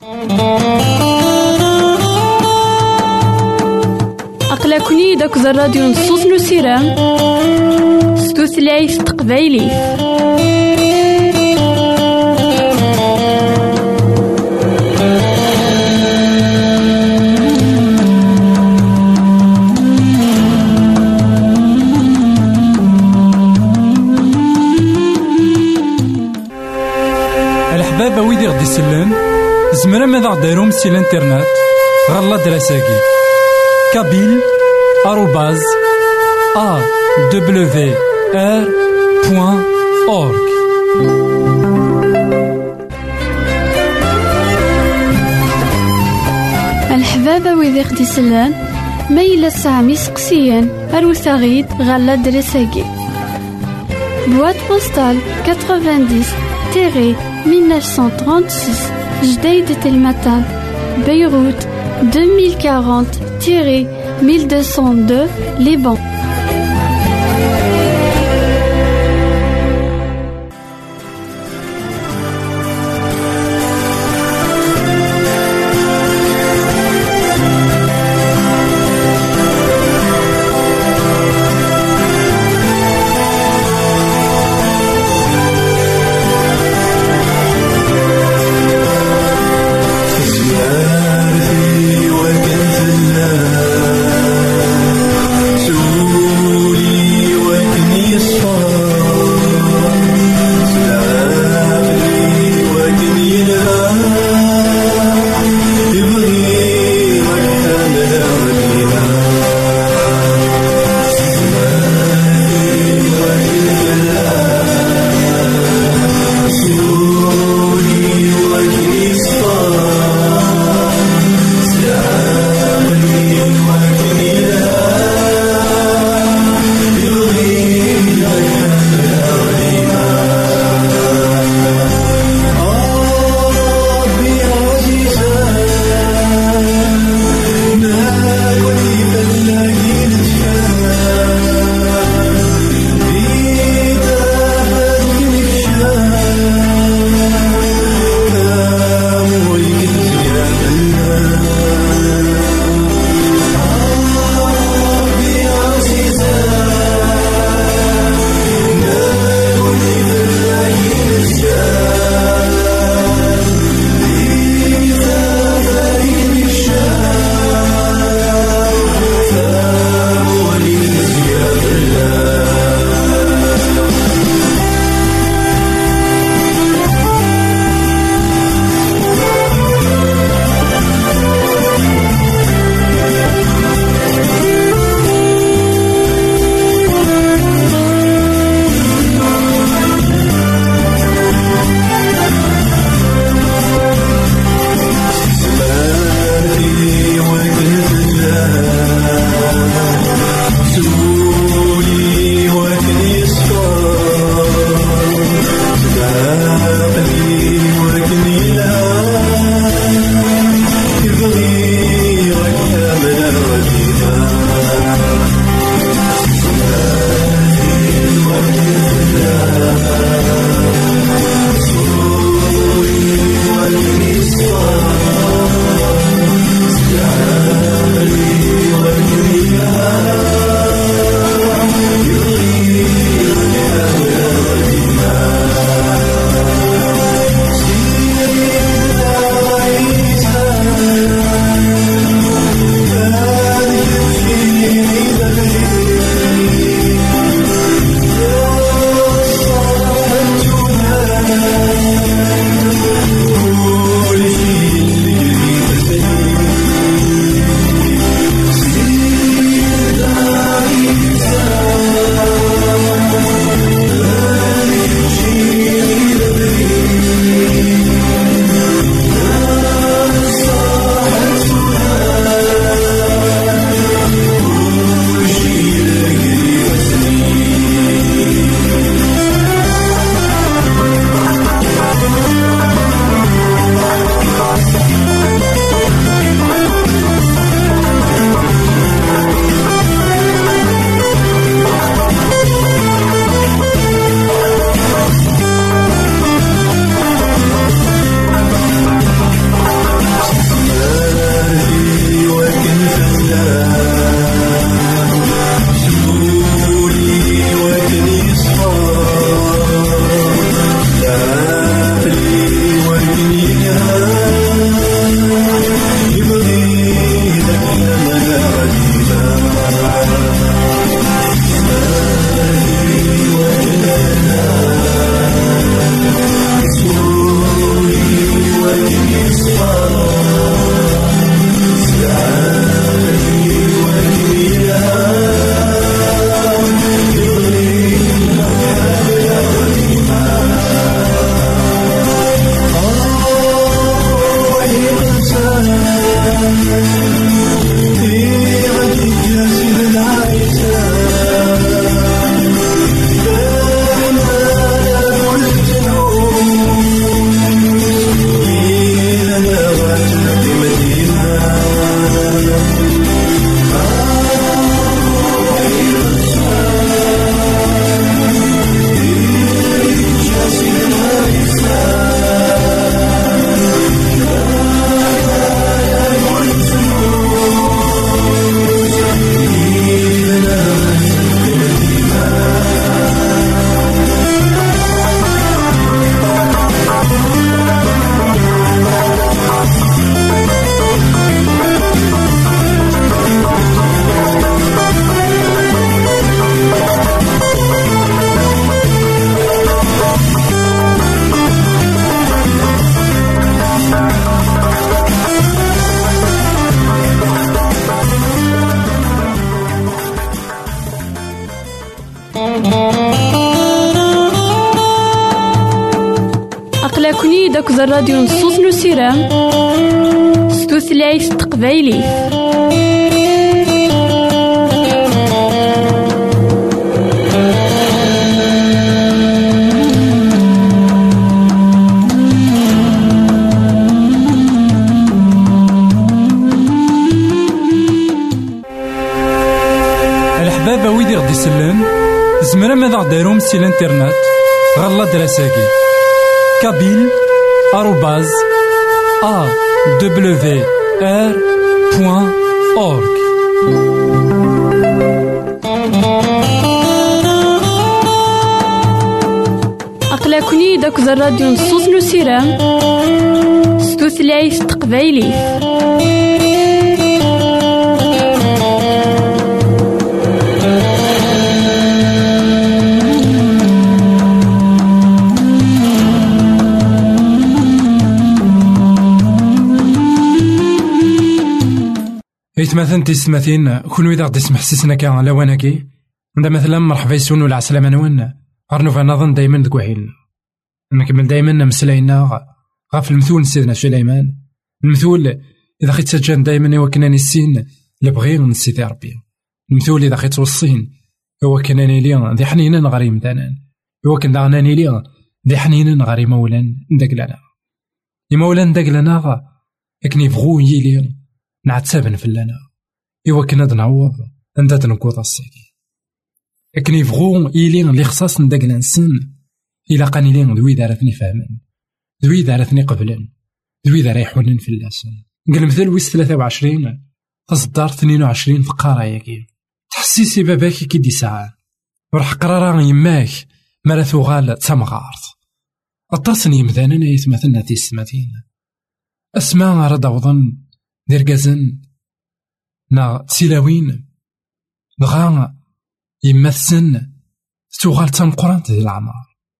أقلكني داك الراديو نصوص نسيران ستوثلايف تقبايلي. الحباب ويدي غدي يسلم زمرا ماذا غديرهم سي الانترنت غالا دراساكي kabyle@awr.org. الحبابة ويدي غدي يسلم ميلا سامي سقسيان أروثاغيد غالا دراساكي بواد بوستال 90-1936 جديد تلمتان بيروت 2040-1202 Liban. to داك الراديو نصوص نسيرام ستوثلايف تقبايلي. الحبابة ويدي غدي يسلم زمرا ماذا غديرهم سي الانترنت غالا دراساكي كابيل @awr.org. أقلكني داك الراديو نصوص نسيرام ستوثلايف تقبايلي. مثلا تيستماثين كونو إذا غدي يسمح سيسنا كاع على واناكي عندها مثلا مرحبا يسون ولا عسلامة نوانا غرنوفا نظن دايما دكوحيلنا نكمل دايما مسلاينا غاف المثول سيدنا سليمان المثول إذا خيت سجان دايما هو كناني السين لبغي نسيتي ربي المثول إذا خيت وصين هو كناني ليا ذي حنينا نغري مدانان هو كن داغناني ليا ذي حنينا نغري مولان نداك لنا مولان داك لنا لكن يبغو يلي نعتسابن في اللنا إوا كنا دنعوض عندها تنقوض الساكي لكن يبغو إلي اللي خصاص نداك لنسن إلا قاني لي ذوي دارتني فهمن ذوي دارتني قبلن ذوي دار يحونن في اللسن قال مثل ويس 23 تصدر 22 فقارة ياكي تحسيسي باباكي كي دي ساعة ورح قرارا يماك مرثو غال تمغارت التصني مذاننا يتمثلنا تيستماتين أسماء رد وظن ديركازن نا تسيلاوين بغا يمثلن تغال تنقران ديال العمر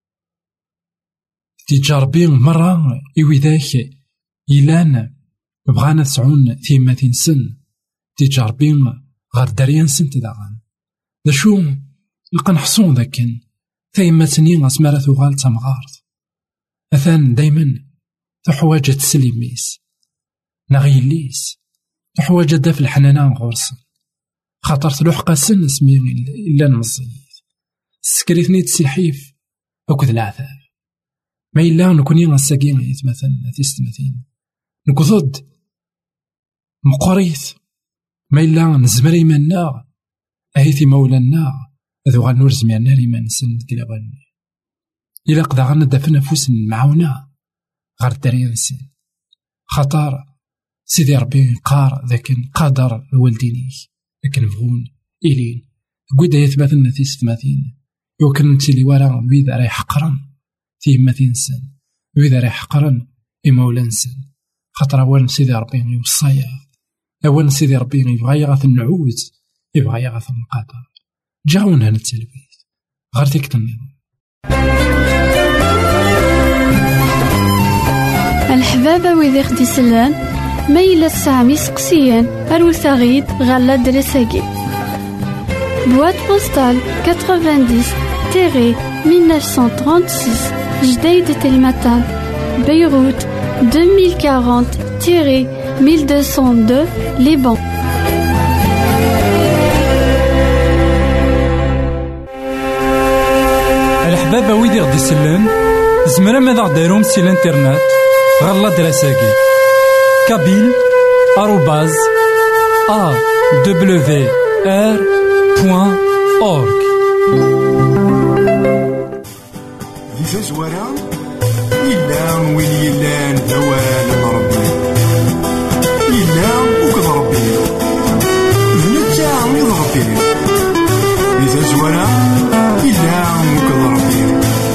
تجاربين مرة إوي ذاك إلان بغانا تسعون ثيماتين سن تجاربين غار داريان سن تداغن دا شو لقا نحصون ذاكن ثيماتني غاسمارا ثغال تمغارت أثان دايما تحواجة تسليميس نغيليس تحواجة داف الحنانان غورسن خاطرت لوحقا سن اسمي إلا نمزيت سكريتني تسلحيف أكد العذاب ما إلا نكوني غاساقين يتمثلنا تيستمثين نكوضد مقريث ما إلا نزمر إيماننا أهيثي مولانا ذو غنور زميرنا ريمان سن كلاواني إلا قدا غانا دافنا فوسن معاونا غار الدارين سن خطر سيدي ربي قار ذاكن قادر الوالدينيك لكن بغون إلين قويدا يتمثلنا تيستمثين يوكن نتيلي ورا ويدا رايح قرن تيماتين سن وإذا رايح قرن إمولا سن خاطر أولا سيدي ربي يوصايا أولا سيدي ربي يبغى يغاث النعود يبغى يغاث القدر جاونا نتلبيت غير تيك النظام الحبابة ويدي خدي سلان ميلا السامي سقسيان أروثاغيد غالا درساقي بواد بوستال 90-1936 جديد تلمتان بيروت 2040-1202 لبنان. الحبابة ويدي غدي يسلم زمرا ماذا غديرهم سي الانترنت غالا دراساكي كابيل @awr.org. دي زوارا إلا وين يلان ذوال ربي إلا وكذ ربي نتا ويض ربي دي زوارا إلا وكذ ربي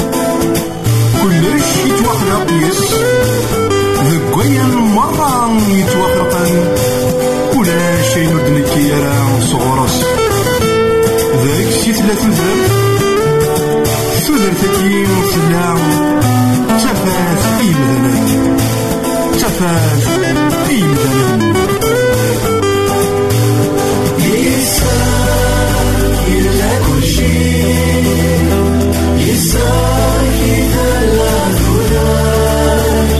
كلش يتوخلق يس ذكويا مرة يتوخلقن ولا شيء ندنكي يرى صغرس ذاك شي ثلاث ذرب ثلر تكيم سلام تفاز إيمدنك تفاز إيمدنك يسار إلا كل شيء يسار إذا لا ذرار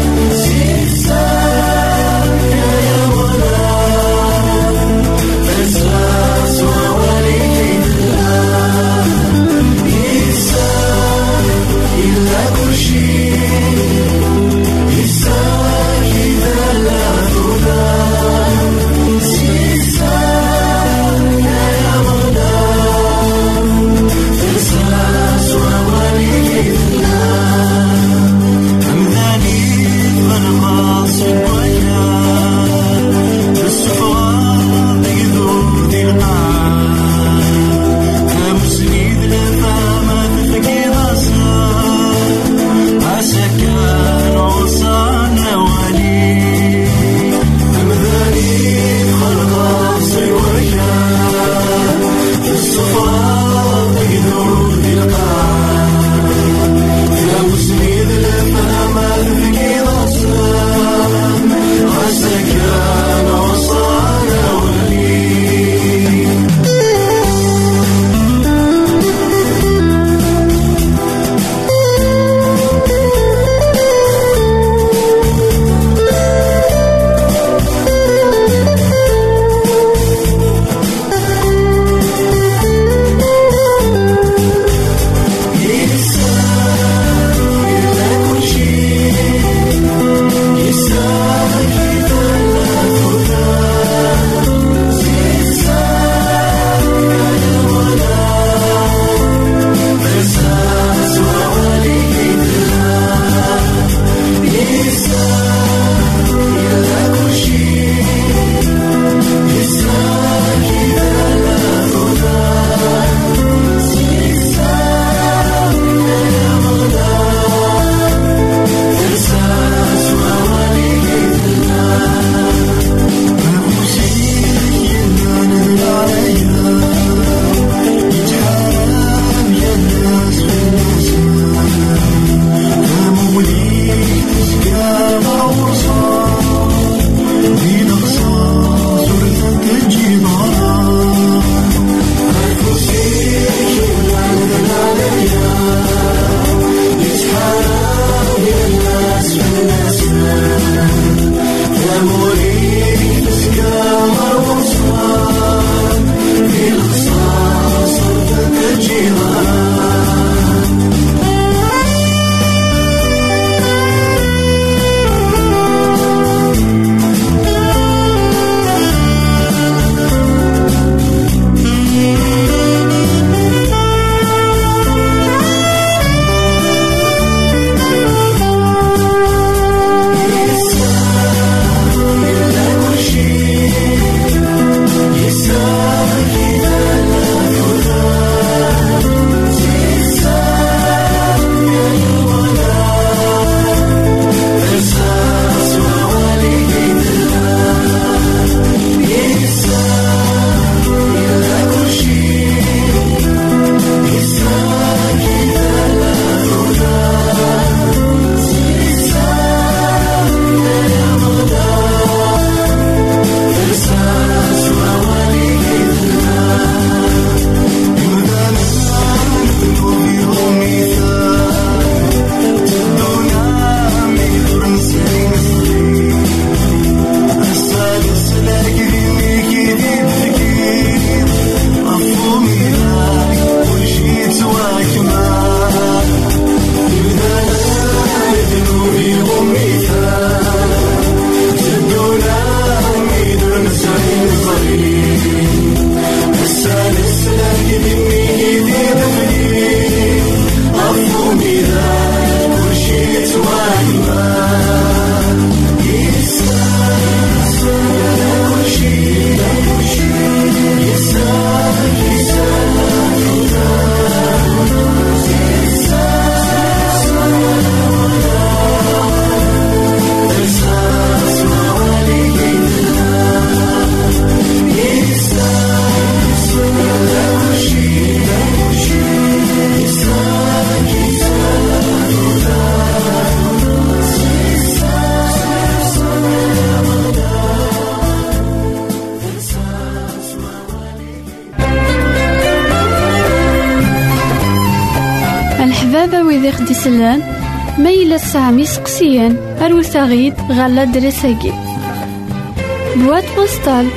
ويدي خدي سلان ميلا سامي سقسيان أروثاغيد غالا دريساكي بواد بوستال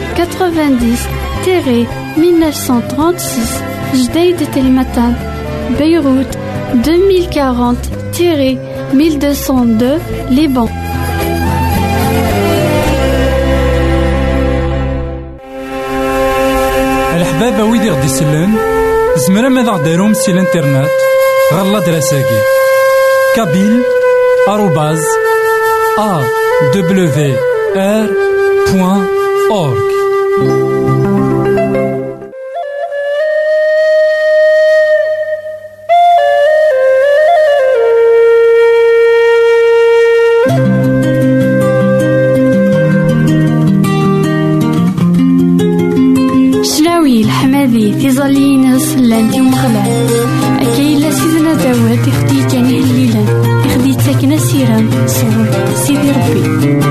90-1936 جديد تلمتان بيروت 2040-1202 لبنان. الحبابة ويدي غدي سلان زمرا ماذا غديرهم سي الانترنت غالا دراساكي kabyle@awr.org. تيزالين سلان تيوم غلان أكيلا سيدنا داوود يخدي كان هليلا يخدي تاكنا سيران صور سيدي ربي.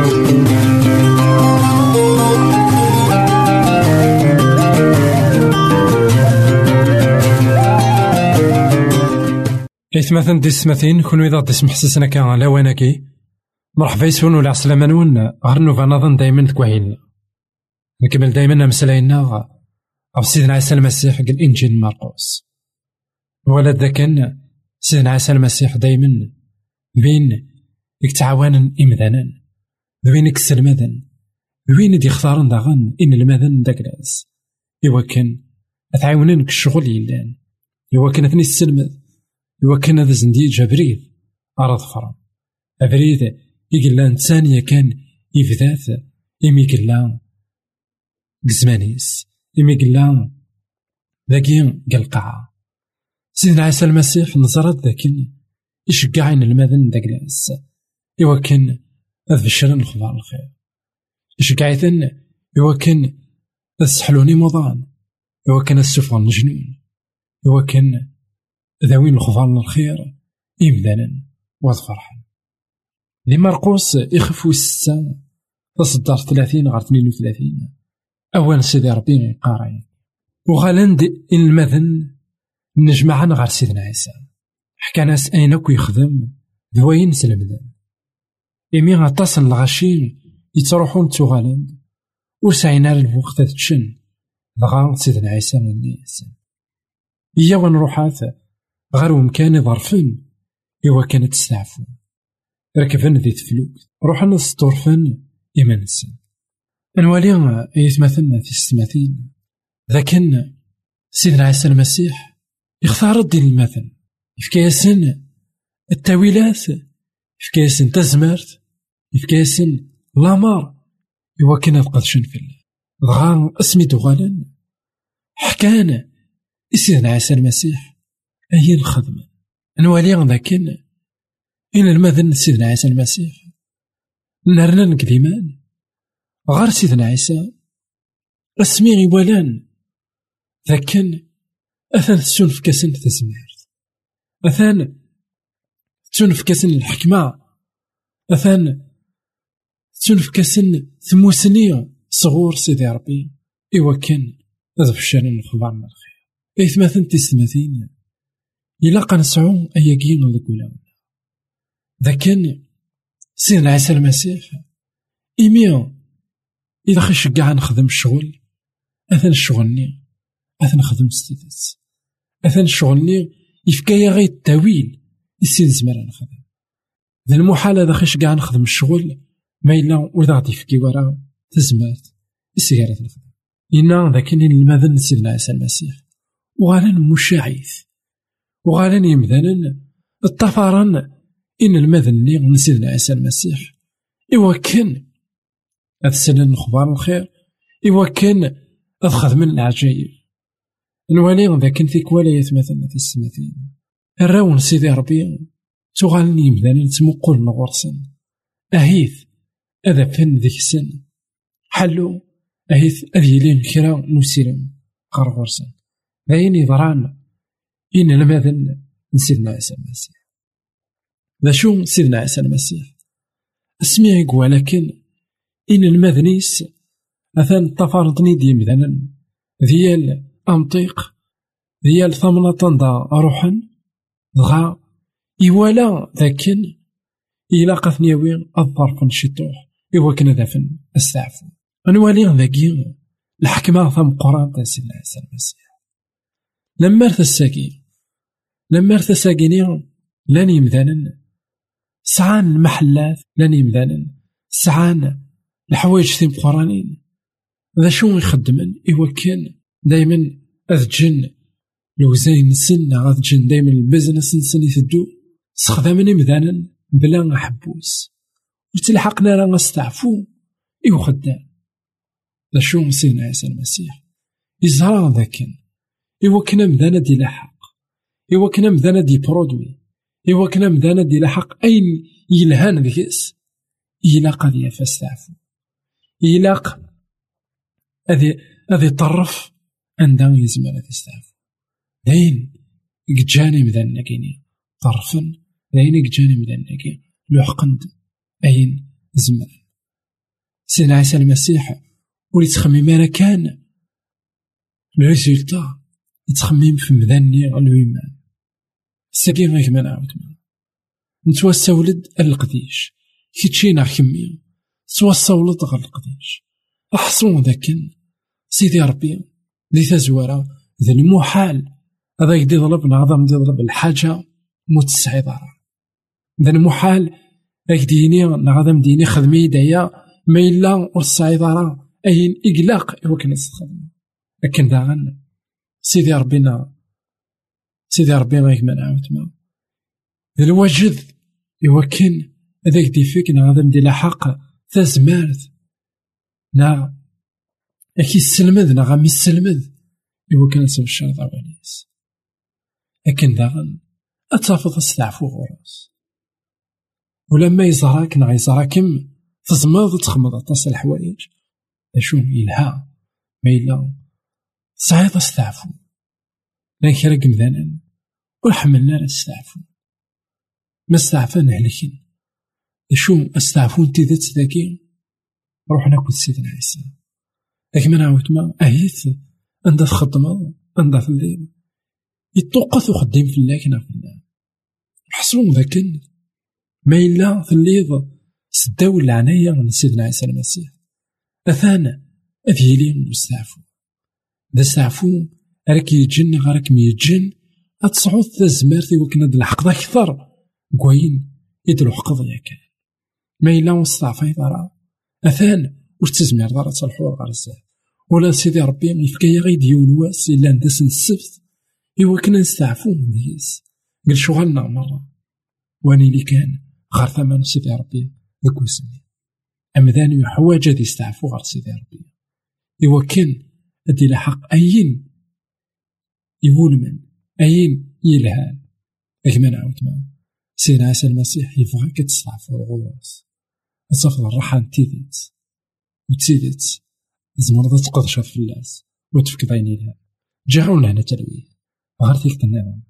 إثماثن دي سماثين كون إذا دي سمحسسنا كان لواناكي مرحبا يسون ولا عسلامة نون غير نوفا نظن دايما تكوهيلنا نكمل دايما مسلاينا أو سيدنا عيسى المسيح قال إنجيل مرقس ولا ذا كان سيدنا عيسى المسيح دايما بين يتعاون إمذانا بين يكسر مذن بين يختارن داغن إن المذن داكلاس إوا كان أتعاونن كالشغل يلان إوا كان أثني السلمذ إوا كان هذا زندي جبريل أرض فرم أبريد يقلان ثانية كان يفذاث إمي قلان قزمانيس إمي قلان ذاكين قلقعة سيدنا عيسى المسيح نظرت ذاكين يشقعين المذن داكلاس إوا كان هذا الشرن الخبار الخير يشقعيثن إوا كان السحلوني مضان إوا كان السفغن جنون إوا كان ذوين الخبار الخير إمدانا وظفرحا لي مرقوس يخفو الستة تصدر 30 غير 32 أولا سيدي ربي قارين وغالند إن المذن نجمع غير سيدنا عيسى حكى ناس أينك يخدم ذوين سلمذن إمي غطاسن الغاشين يتروحون توغالند وسعينا للوقت تشن ضغا سيدنا عيسى من الناس إيا ونروحات غير ومكان ظرفن إوا كانت تستعفون ركبن ذي تفلوك روحنا سطورفن إيمانسن أنوالي يتمثلنا في السماثين لكن سيدنا عيسى المسيح يختار الدين المثل يفكاسن التاويلات يفكاسن تزمرت يفكاسن لامار إوا كان القدشن في الله ضغا اسمي دوغالا حكانا سيدنا عيسى المسيح أي الخدمة أنوالي لكن إن المذن سيدنا عيسى المسيح نرنا نكليمان غير سيدنا عيسى اسمي غيوالان لكن أثان تسون في كاسن تسمعت أثان تسون في كاسن الحكمة أثان تسون في كاسن ثموسنية صغور سيدي ربي إوا كان هذا في الشارع الخبار من الخير إثماثن تستماثين إلا قنسعو أياكين وذكولاون لكن سيدنا عيسى المسيح إيميا إذا خش قاع نخدم الشغل أثن الشغلني أثن خدم ستيدات أثن الشغلني يفكايا غير التاويل يسيد زمرا نخدم ذا المحال إذا خش قاع نخدم الشغل ما إلا وإذا غادي يفكي ورا تزمات السيارة نخدم إنا ذاكن المذن سيدنا عيسى المسيح وغالن مشاعث وغالن يمذنن الطفران إن المذني من سيدنا عيسى المسيح إوا كان أتسنن أخبار الخير إوا كان أخذ من العجائب نوالي ذاك فيك ولايات مثلا في السماثين الراون سيدي ربي تغالني مذانا تمقل نغرسن أهيث أذا فن ذيك السن حلو أهيث أذيلين كرا نسيرن غرغرسن ذاين ضران إن المذن سيدنا عيسى المسيح ذا شو سيدنا عيسى المسيح اسميك ولكن إن المذنيس أثان تفارضني دي مثلا ديال أنطيق ديال ثمنة دا روحا دغا إيوالا ذاكن إلا قثني وين الظرف نشطوح إوا كنا دافن استعفو أنوالي ذاكي الحكمة ثم قرآن تاسينا عيسى المسيح لما ارث الساقيني لاني يمذانا سعان المحلات لاني يمذانا سعان الحوايج ثم قرانين ذا شو يخدمن إوا كان دايما أذجن لو زين سنة غذجن دايما البزنس نسن يثدو سخدمني مذانا بلا حبوس وتلحقنا راه نستعفو إوا خدام ذا شو مسينا عيسى المسيح يزهر ذاكن إوا كنا مذانا دي لحق إوا كنا مذانا دي برودوي إوا كنا مذانا دي لحق أين يلهان ذكس يلاق هذه فاستعفو يلاق هذه طرف عندها يزمن هذه استعفو داين جاني مذانا كيني طرفا داين جاني مذانا كي لحقند أين زمان سيدنا عيسى المسيح ولي تخمم أنا كان الريزولتا يتخمم في مذاني الويمان الساقي غيك ما نعاود نتوسى ولد القديش كيتشينا كمية توسى ولد غير القديش أحصون ذاكن سيدي ربي ذي تزوارا ذي المحال هذا يدي ضربنا عظم دي ضرب الحاجة متسعدة ذي المحال أكديني نعظم ديني خدمي دايا ما إلا والسعيدة أين إقلاق إوا كان يستخدم لكن داغن سيدي ربنا غيك ما نعاود ما الواجد إوا كان هذاك دي فيك نعظم دي لحق تزمارت نا أكي السلمذ نا غامي السلمذ إوا كان سوى الشر ضوانيس لكن داغن أتافض استعفو غراس ولما يزراك نا يزراكم تزمض تخمض أطاس الحوايج أشو يلها ما إلا صعيد استعفو لان كرق مذانا ورحملنا نستعفو ما استعفانا هلكين أشو استعفو انتي ذات ذاكي روحنا كنت سيدنا عيسى لكن ما نعاود ما أهيث عندها تخدمة عندها في الليل يتوقف وخديم في الله كنا في الله حسون ذاكن ما إلا في الليل سداو العناية من سيدنا عيسى المسيح أثانا أذيلي مستعفو ذا استعفو راك يجن غارك ميجن أتصعود ذا زمارتي وكنا د الحق ذا كثر قوين يدلو حق ضيا كان ما إلا مستعفى ضرا أثان واش تزمير ضرا تصلحو غارزة ولا سيدي ربي يفكايا غير ديون واس إلا ندسن السبت إوا كنا نستعفو من ديس قل شغلنا مرة واني لي كان غار ثمن سيدي ربي ذاك وسني أما ذاني حواجة دي استعفو غار سيدي ربي إوا كان أدي لحق أين يقول من أين يلهان أكما نعاود ما سيدنا عيسى المسيح يبغى كتستعفو الغواص تصفد الراحة تيدت وتيدت زمرضة تقضشة في اللاس وتفك عيني لها جاعون هنا تلويه وغارتيك تنام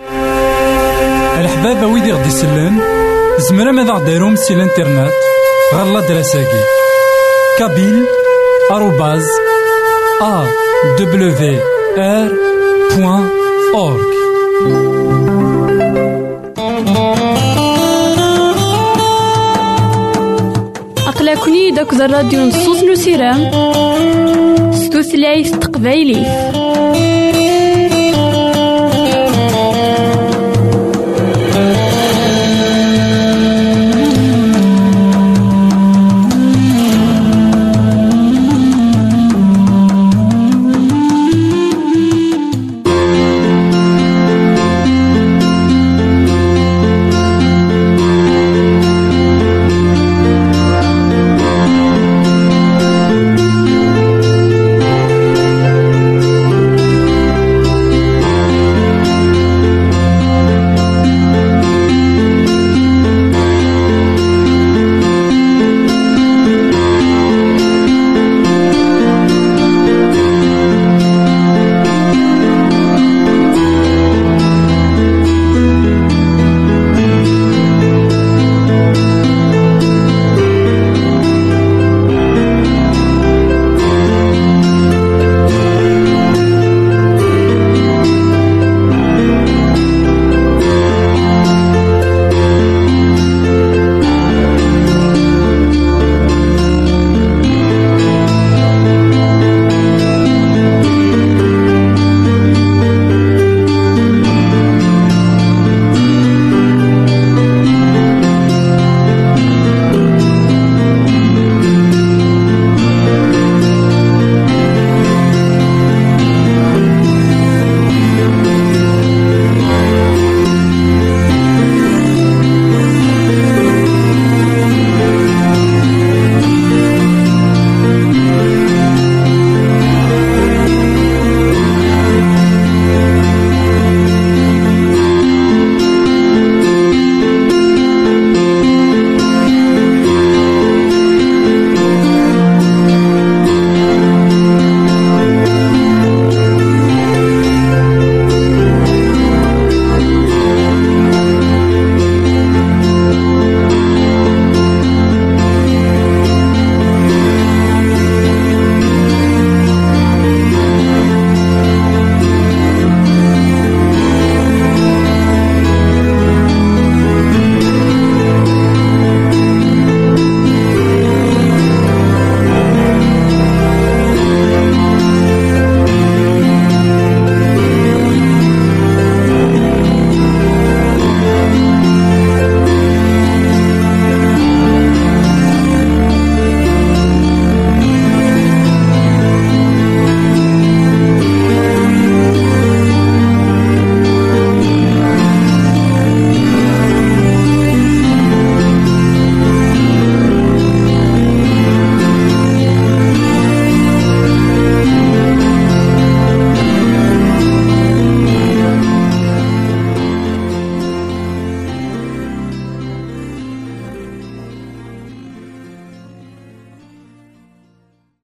الحباب ويدي غدي سلان زمرا ماذا غديرهم سي الانترنت غالا دراساكي كابيل آروباز awr.org أقلكني داك الراديو نصوص نسيران ستوثلايف تقبايلي